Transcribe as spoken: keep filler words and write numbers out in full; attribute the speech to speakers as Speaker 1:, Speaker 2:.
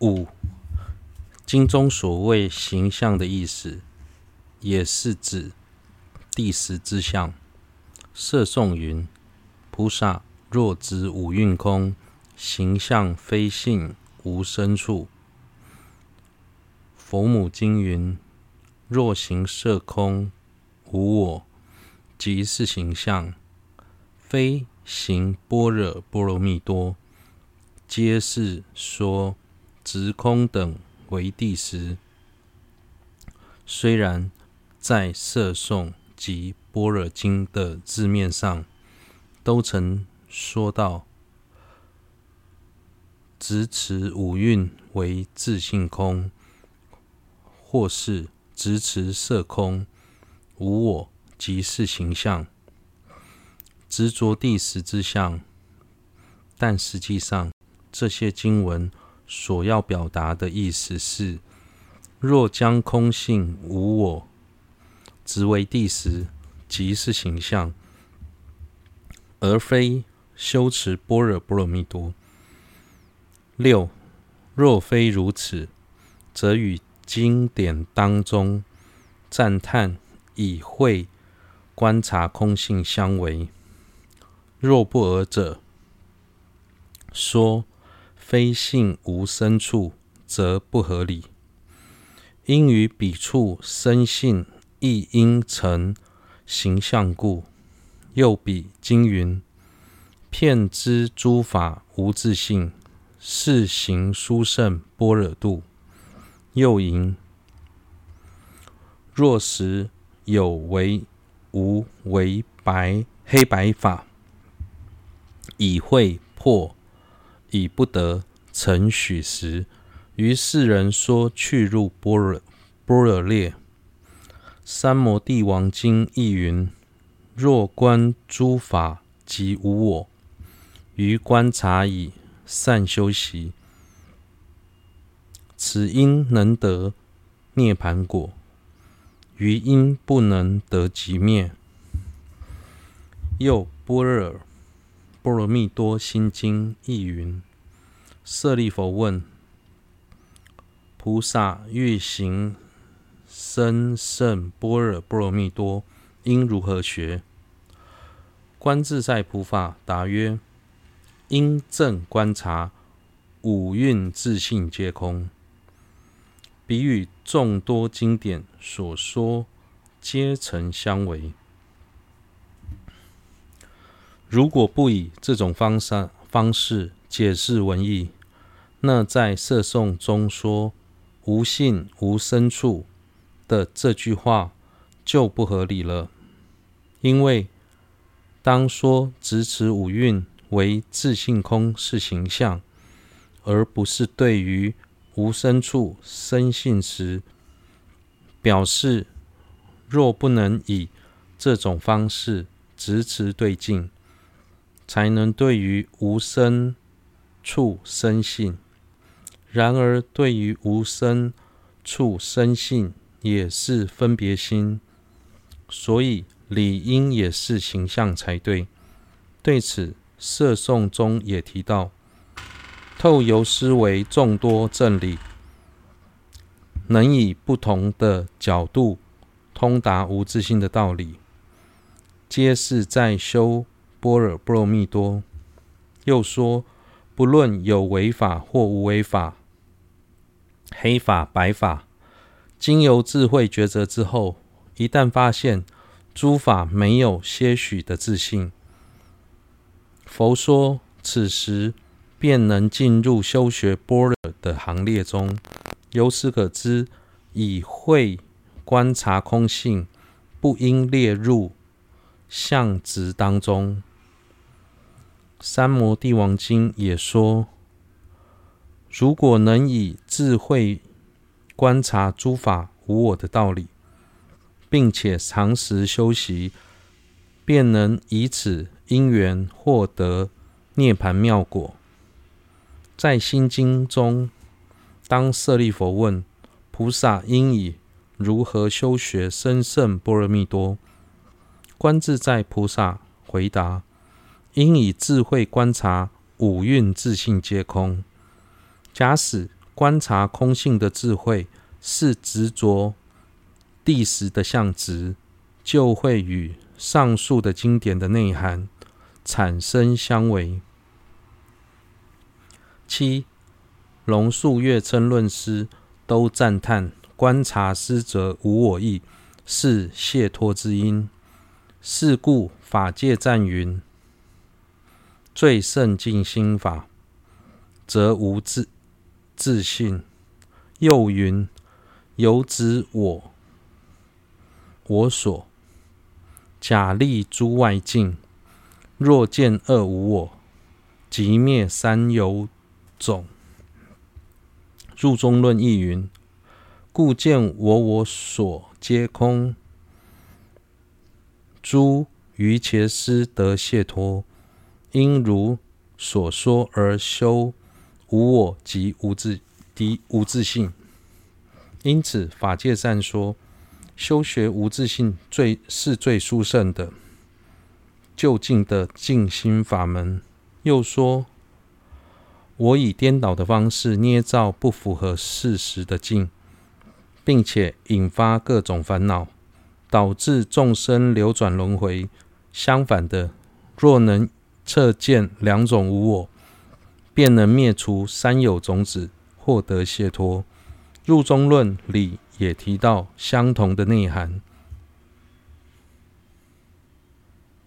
Speaker 1: 五，经中所谓形象的意思，也是指第十之相。摄颂云：菩萨若知五蕴空，形象非性，无生处。佛母经云：若行摄空，无我，即是形象，非行般若波罗蜜多，皆是说直空等为第十。虽然在摄颂及般若经的字面上，都曾说到直持五蕴为自性空，或是直持摄空，无我，即是形象，执着第十之相。但实际上，这些经文所要表达的意思是，若将空性无我执为第十，即是形象，而非修持般若波罗蜜多。六，若非如此，则与经典当中赞叹以慧观察空性相违。若不尔者，说非性无生处，则不合理。因于彼处生性亦应成形象故。又彼经云：遍知诸法无自性，是行殊胜般若度。又云：若实有为无为白黑白法，以会破，以不得成许时，于世人说去入般若般若列。三摩地王经亦云：若观诸法即无我，于观察以善修习，此因能得涅盘果，于因不能得即灭。又般若波罗蜜多心经亦云：舍利弗问，菩萨欲行深胜般若波罗蜜多，应如何学？观自在菩萨答曰：应正观察五蕴自性皆空。彼与众多经典所说皆曾相违。如果不以这种方式方式解释文义，那在摄颂中说无性无生处的这句话就不合理了。因为当说直持五蕴为自性空是形象，而不是对于无生处生性时，表示若不能以这种方式直持对境，才能对于无生处生性。然而对于无生处生性也是分别心，所以理应也是形象才对。对此，摄颂中也提到，透由思维众多正理，能以不同的角度通达无自性的道理，皆是在修般若波罗蜜多。又说，不论有为法或无为法，黑法白法，经由智慧抉择之后，一旦发现诸法没有些许的自性，佛说此时便能进入修学般若的行列中。由此可知，以慧观察空性，不应列入相执当中。三摩地王经也说，如果能以智慧观察诸法无我的道理，并且常时修习，便能以此因缘获得涅盘妙果。在心经中，当舍利弗问菩萨应以如何修学深胜般若蜜多，观自在菩萨回答：应以智慧观察五蕴自性皆空。假使观察空性的智慧是执着第十的相执，就会与上述的经典的内涵产生相违。七，龙树月称论师都赞叹观察师者无我意，是解脱之因。是故法界赞云：最胜净心法，则无自自性。又云：由知我我所，假立诸外境，若见二无我，即灭三有种。入中论亦云：故见我我所皆空，诸瑜伽师得解脱，因如所说而修无我及无自敌无自性。因此法界赞说，修学无自性最是最殊胜的究竟的净心法门。又说，我以颠倒的方式捏造不符合事实的境，并且引发各种烦恼，导致众生流转轮回。相反的，若能彻见两种无我，便能灭除三有种子，获得解脱。入中论里也提到相同的内涵。